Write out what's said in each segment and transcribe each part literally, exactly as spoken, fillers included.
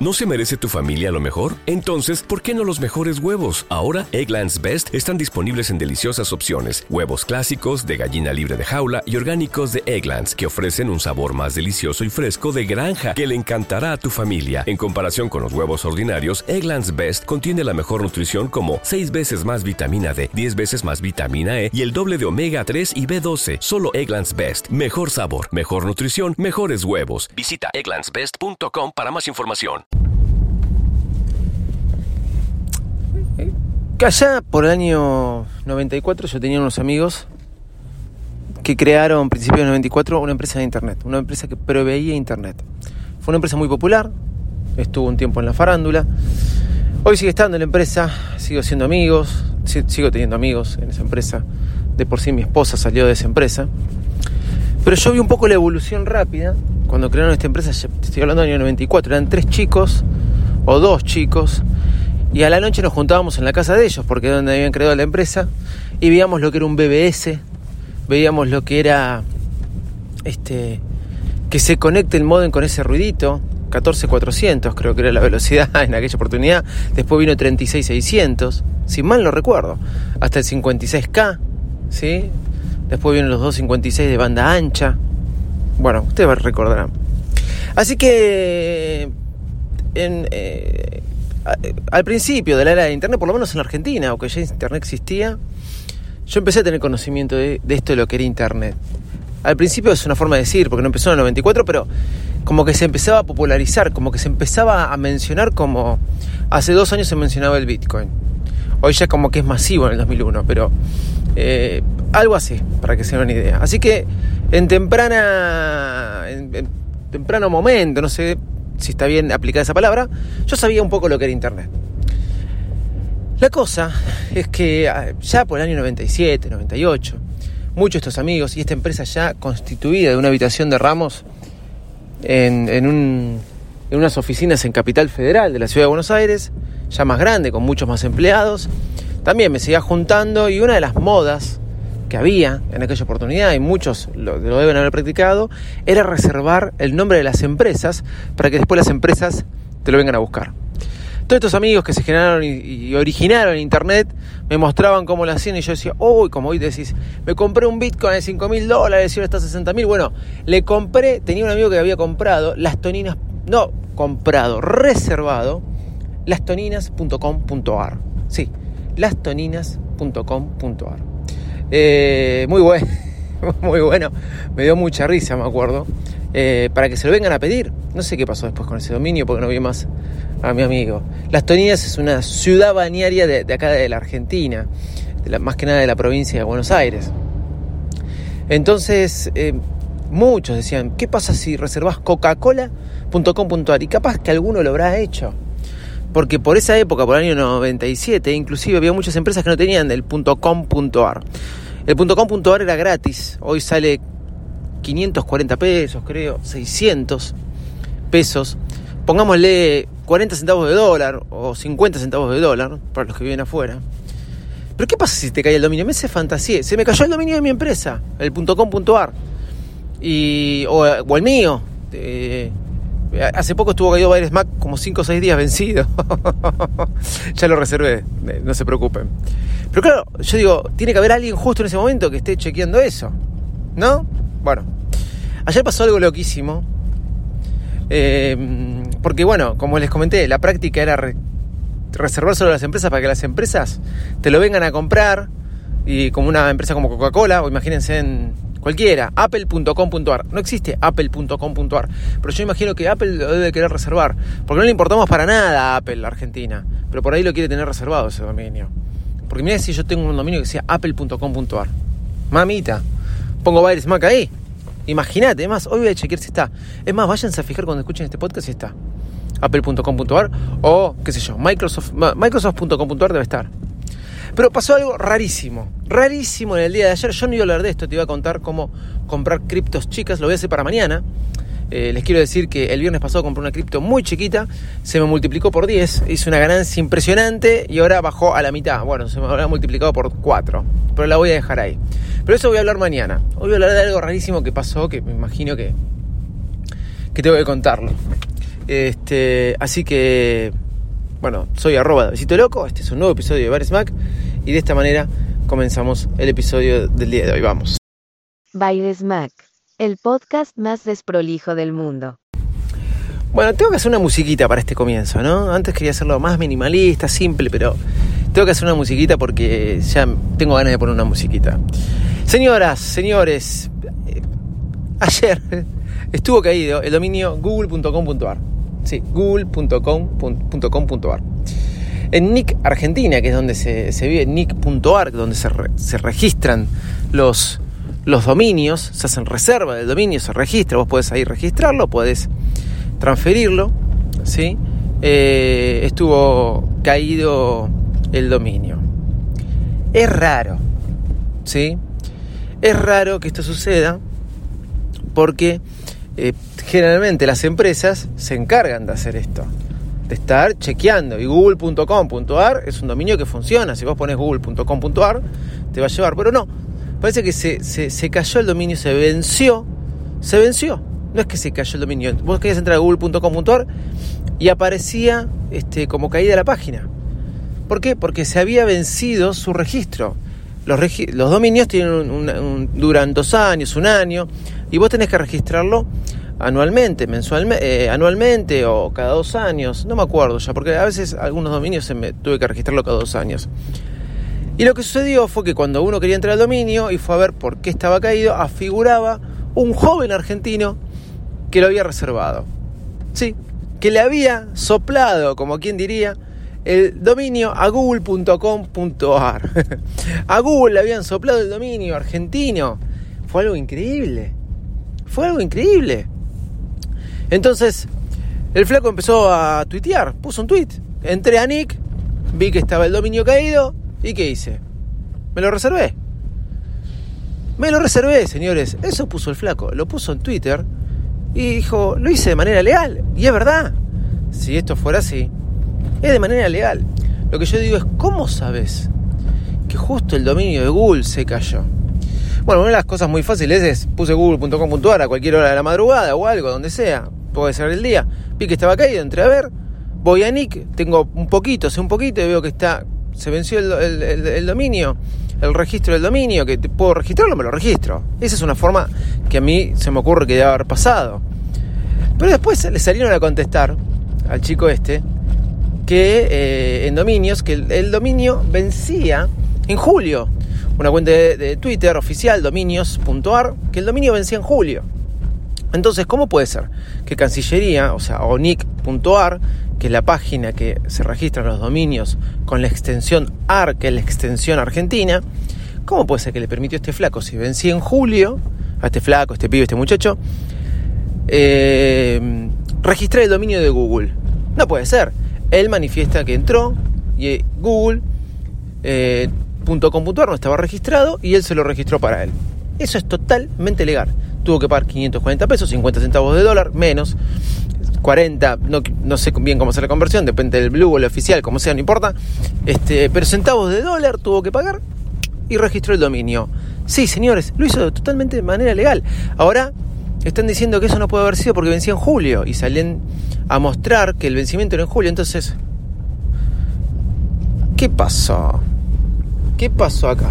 ¿No se merece tu familia lo mejor? Entonces, ¿por qué no los mejores huevos? Ahora, Eggland's Best están disponibles en deliciosas opciones. Huevos clásicos, de gallina libre de jaula y orgánicos de Eggland's, que ofrecen un sabor más delicioso y fresco de granja que le encantará a tu familia. En comparación con los huevos ordinarios, Eggland's Best contiene la mejor nutrición como seis veces más vitamina D, diez veces más vitamina E y el doble de omega tres y B doce. Solo Eggland's Best. Mejor sabor, mejor nutrición, mejores huevos. Visita egglands best punto com para más información. Allá por el año noventa y cuatro yo tenía unos amigos que crearon, a principios del noventa y cuatro, una empresa de internet, una empresa que proveía internet. Fue una empresa muy popular, estuvo un tiempo en la farándula. Hoy sigue estando en la empresa, sigo siendo amigos, sigo teniendo amigos en esa empresa. De por sí mi esposa salió de esa empresa. Pero yo vi un poco la evolución rápida cuando crearon esta empresa. Estoy hablando del año noventa y cuatro, eran tres chicos o dos chicos. Y a la noche nos juntábamos en la casa de ellos, porque es donde habían creado la empresa, y veíamos lo que era un B B S, veíamos lo que era este que se conecte el módem con ese ruidito, catorce cuatrocientos creo que era la velocidad en aquella oportunidad. Después vino treinta y seis seiscientos, si mal no recuerdo, hasta el cincuenta y seis K, ¿sí? Después vienen los doscientos cincuenta y seis de banda ancha. Bueno, ustedes recordarán. Así que en... Eh, al principio de la era de internet, por lo menos en la Argentina, aunque ya internet existía, yo empecé a tener conocimiento de, de esto de lo que era internet. Al principio es una forma de decir, porque no empezó en el noventa y cuatro, pero como que se empezaba a popularizar, como que se empezaba a mencionar, como hace dos años se mencionaba el Bitcoin. Hoy ya como que es masivo en el dos mil uno, pero eh, algo así, para que se den una idea. Así que en temprana en, en temprano momento, no sé si está bien aplicada esa palabra, yo sabía un poco lo que era internet. La cosa es que ya por el año noventa y siete, noventa y ocho, muchos de estos amigos y esta empresa ya constituida de una habitación de ramos en, en, un, en unas oficinas en Capital Federal de la Ciudad de Buenos Aires, ya más grande, con muchos más empleados, también me seguía juntando, y una de las modas que había en aquella oportunidad, y muchos lo, lo deben haber practicado, era reservar el nombre de las empresas para que después las empresas te lo vengan a buscar. Todos estos amigos que se generaron y, y originaron en internet me mostraban cómo lo hacían, y yo decía, uy, oh, como hoy decís, me compré un Bitcoin de cinco mil dólares y ahora está a sesenta mil. Bueno, le compré, tenía un amigo que había comprado las toninas, no, comprado, reservado, las toninas punto com punto a r. Sí, las toninas punto com punto a r. Eh, muy bueno, muy bueno, me dio mucha risa, me acuerdo, eh, para que se lo vengan a pedir. No sé qué pasó después con ese dominio, porque no vi más a mi amigo. Las Toninas es una ciudad balnearia de, de acá de la Argentina, de la, más que nada de la provincia de Buenos Aires. Entonces eh, muchos decían, ¿qué pasa si reservas coca cola punto com punto a r? Y capaz que alguno lo habrá hecho, porque por esa época, por el año noventa y siete, inclusive había muchas empresas que no tenían el .com punto a r. El .com punto a r era gratis, hoy sale quinientos cuarenta pesos, creo, seiscientos pesos. Pongámosle cuarenta centavos de dólar o cincuenta centavos de dólar para los que viven afuera. Pero ¿qué pasa si te cae el dominio? Me hace fantasía. Se me cayó el dominio de mi empresa, el .com punto a r, y, o, o el mío. Eh, hace poco estuvo caído Baires Mac como cinco o seis días vencido. Ya lo reservé, no se preocupen. Pero claro, yo digo, tiene que haber alguien justo en ese momento que esté chequeando eso, ¿no? Bueno, ayer pasó algo loquísimo. Eh, porque bueno, como les comenté, la práctica era re- reservar solo las empresas para que las empresas te lo vengan a comprar. Y como una empresa como Coca-Cola, o imagínense en cualquiera, apple punto com punto a r. No existe apple punto com punto a r, pero yo imagino que Apple lo debe querer reservar, porque no le importamos para nada a Apple, la Argentina, pero por ahí lo quiere tener reservado ese dominio. Porque mirá, si yo tengo un dominio que sea apple punto com punto a r, mamita, pongo Baires Mac ahí, imagínate. Es más, hoy voy a chequear si está. Es más, váyanse a fijar cuando escuchen este podcast si está apple punto com punto a r o, qué sé yo, Microsoft Microsoft punto com punto a r debe estar. Pero pasó algo rarísimo, rarísimo en el día de ayer. Yo no iba a hablar de esto, te iba a contar cómo comprar criptos chicas, lo voy a hacer para mañana. Eh, les quiero decir que el viernes pasado compré una cripto muy chiquita, se me multiplicó por diez, hice una ganancia impresionante y ahora bajó a la mitad. Bueno, se me habrá multiplicado por cuatro, pero la voy a dejar ahí. Pero eso voy a hablar mañana. Hoy voy a hablar de algo rarísimo que pasó, que me imagino que, que tengo que contarlo. Este, así que, bueno, soy arroba Besito Loco. Este es un nuevo episodio de Bar Smack. Y de esta manera comenzamos el episodio del día de hoy. Vamos. By Smack, el podcast más desprolijo del mundo. Bueno, tengo que hacer una musiquita para este comienzo, ¿no? Antes quería hacerlo más minimalista, simple, pero tengo que hacer una musiquita porque ya tengo ganas de poner una musiquita. Señoras, señores, eh, ayer estuvo caído el dominio google punto com punto a r. Sí, google punto com punto a r. En N I C Argentina, que es donde se, se vive, N I C punto a r, donde se, re, se registran los, los dominios, se hacen reserva del dominio, se registra, vos podés ahí registrarlo, podés transferirlo, ¿sí? Eh, estuvo caído el dominio. Es raro, ¿sí? Es raro que esto suceda porque eh, generalmente las empresas se encargan de hacer esto, de estar chequeando, y google punto com punto a r es un dominio que funciona. Si vos pones google punto com punto a r te va a llevar, pero no, parece que se, se, se cayó el dominio, se venció, se venció. No es que se cayó el dominio. Vos querías entrar a google punto com punto a r y aparecía este, como caída la página. ¿Por qué? Porque se había vencido su registro. Los, regi- los dominios tienen un, un, un, duran dos años, un año, y vos tenés que registrarlo anualmente, mensualmente, eh, anualmente o cada dos años. No me acuerdo ya, porque a veces algunos dominios se me tuve que registrarlo cada dos años. Y lo que sucedió fue que cuando uno quería entrar al dominio y fue a ver por qué estaba caído, afiguraba un joven argentino que lo había reservado. Sí, que le había soplado, como quien diría, el dominio a google punto com punto a r. A Google le habían soplado el dominio argentino. Fue algo increíble. Fue algo increíble. Entonces, el flaco empezó a tuitear, puso un tweet. Entré a N I C, vi que estaba el dominio caído, ¿y qué hice? Me lo reservé. Me lo reservé, señores. Eso puso el flaco, lo puso en Twitter. Y dijo, lo hice de manera legal. Y es verdad. Si esto fuera así, es de manera legal. Lo que yo digo es, ¿cómo sabes que justo el dominio de Google se cayó? Bueno, una de las cosas muy fáciles es, puse google punto com punto a r a cualquier hora de la madrugada o algo, donde sea. Puede ser el día. Vi que estaba caído, entré a ver. Voy a N I C, tengo un poquito, sé un poquito y veo que está, se venció el, el, el, el dominio. El registro del dominio, que puedo registrarlo, me lo registro. Esa es una forma que a mí se me ocurre que debe haber pasado. Pero después le salieron a contestar al chico este que eh, en dominios, que el, el dominio vencía en julio. Una cuenta de, de Twitter oficial, dominios punto a r, que el dominio vencía en julio. Entonces, ¿cómo puede ser que Cancillería, o sea, o N I C punto a r, que es la página que se registran los dominios con la extensión A R, que es la extensión argentina, ¿cómo puede ser que le permitió a este flaco, si vencía en julio, a este flaco, este pibe, este muchacho, eh, registrar el dominio de Google? No puede ser. Él manifiesta que entró y google punto com punto a r no estaba registrado y él se lo registró para él. Eso es totalmente legal. Tuvo que pagar quinientos cuarenta pesos, cincuenta centavos de dólar, menos cuarenta, no, no sé bien cómo hacer la conversión, depende del blue o el oficial, como sea, no importa, este, pero centavos de dólar tuvo que pagar y registró el dominio. Sí, señores, lo hizo totalmente de manera legal. Ahora están diciendo que eso no puede haber sido porque vencía en julio y salen a mostrar que el vencimiento era en julio. Entonces, ¿qué pasó? ¿Qué pasó acá?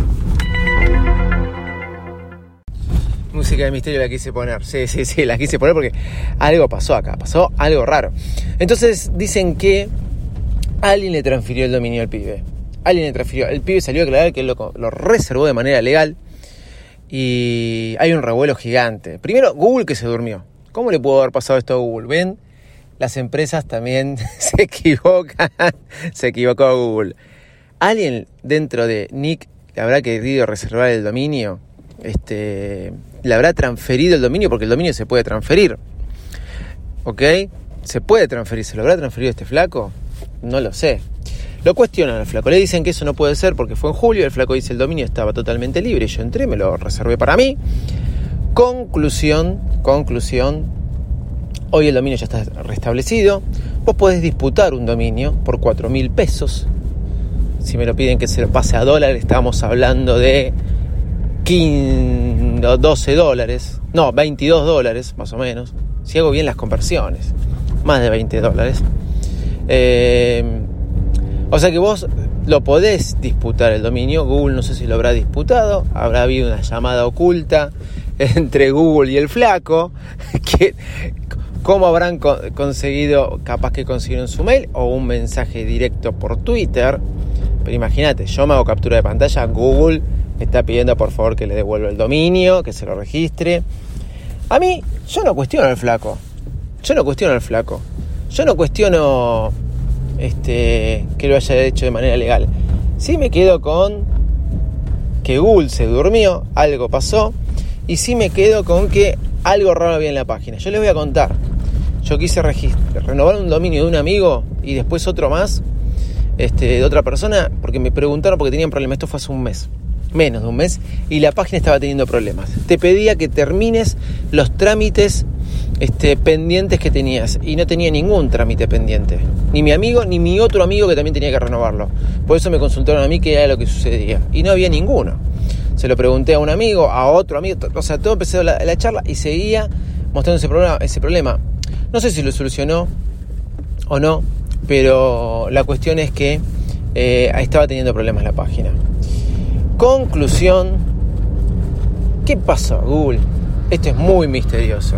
Música de misterio la quise poner. Sí, sí, sí, la quise poner porque algo pasó acá. Pasó algo raro. Entonces dicen que alguien le transfirió el dominio al pibe. Alguien le transfirió. El pibe salió a aclarar que él lo, lo reservó de manera legal. Y hay un revuelo gigante. Primero, Google que se durmió. ¿Cómo le pudo haber pasado esto a Google? ¿Ven? Las empresas también se equivocan. Se equivocó Google. Alguien dentro de N I C le habrá querido reservar el dominio. Este, le habrá transferido el dominio, porque el dominio se puede transferir. ¿Ok? Se puede transferir. ¿Se lo habrá transferido este flaco? No lo sé. Lo cuestionan al flaco. Le dicen que eso no puede ser porque fue en julio. El flaco dice el dominio estaba totalmente libre. Yo entré, me lo reservé para mí. Conclusión, conclusión. Hoy el dominio ya está restablecido. Vos podés disputar un dominio por cuatro mil pesos. Si me lo piden que se lo pase a dólar, estamos hablando de quince, doce dólares. No, veintidós dólares más o menos. Si hago bien las conversiones. más de veinte dólares. Eh, o sea que vos lo podés disputar el dominio. Google no sé si lo habrá disputado, habrá habido una llamada oculta entre Google y el flaco, que cómo habrán co- conseguido, capaz que consiguieron su mail o un mensaje directo por Twitter. Pero imagínate, yo me hago captura de pantalla, Google me está pidiendo por favor que le devuelva el dominio, que se lo registre. A mí, yo no cuestiono al flaco, yo no cuestiono al flaco, yo no cuestiono este, que lo haya hecho de manera legal. Sí me quedo con que Google se durmió, algo pasó, y sí me quedo con que algo raro había en la página. Yo les voy a contar. Yo quise registrar, renovar un dominio de un amigo y después otro más, este, de otra persona, porque me preguntaron porque tenían problemas. Esto fue hace un mes, menos de un mes, y la página estaba teniendo problemas. Te pedía que termines los trámites este, pendientes que tenías, y no tenía ningún trámite pendiente, ni mi amigo ni mi otro amigo que también tenía que renovarlo. Por eso me consultaron a mí qué era lo que sucedía, y no había ninguno. Se lo pregunté a un amigo, a otro amigo, o sea, todo empezó la, la charla y seguía mostrando ese problema, ese problema. No sé si lo solucionó o no, pero la cuestión es que eh, estaba teniendo problemas la página. Conclusión, ¿qué pasó, Google? Esto es muy misterioso.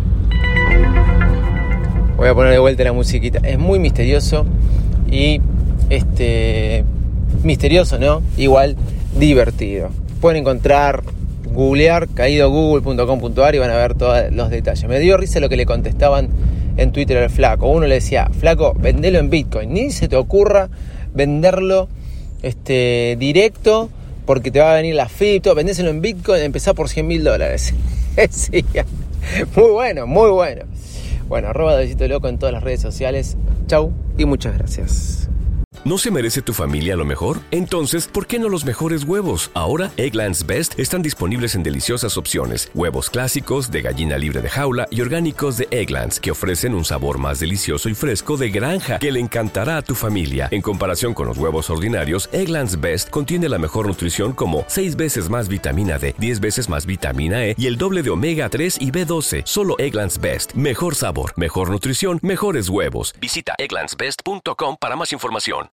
Voy a poner de vuelta la musiquita. Es muy misterioso y este misterioso, ¿no? Igual divertido. Pueden encontrar, googlear, caído google punto com punto a r y van a ver todos los detalles. Me dio risa lo que le contestaban en Twitter al flaco. Uno le decía, flaco, vendelo en Bitcoin. Ni se te ocurra venderlo este, directo, porque te va a venir la F I P, vendéselo en Bitcoin, empezá por cien mil dólares. Sí, muy bueno, muy bueno. Bueno, arroba Davidcito Loco en todas las redes sociales. Chau y muchas gracias. ¿No se merece tu familia lo mejor? Entonces, ¿por qué no los mejores huevos? Ahora, Eggland's Best están disponibles en deliciosas opciones. Huevos clásicos, de gallina libre de jaula y orgánicos de Eggland's, que ofrecen un sabor más delicioso y fresco de granja que le encantará a tu familia. En comparación con los huevos ordinarios, Eggland's Best contiene la mejor nutrición como seis veces más vitamina D, diez veces más vitamina E y el doble de omega tres y B doce. Solo Eggland's Best. Mejor sabor, mejor nutrición, mejores huevos. Visita egglands best punto com para más información.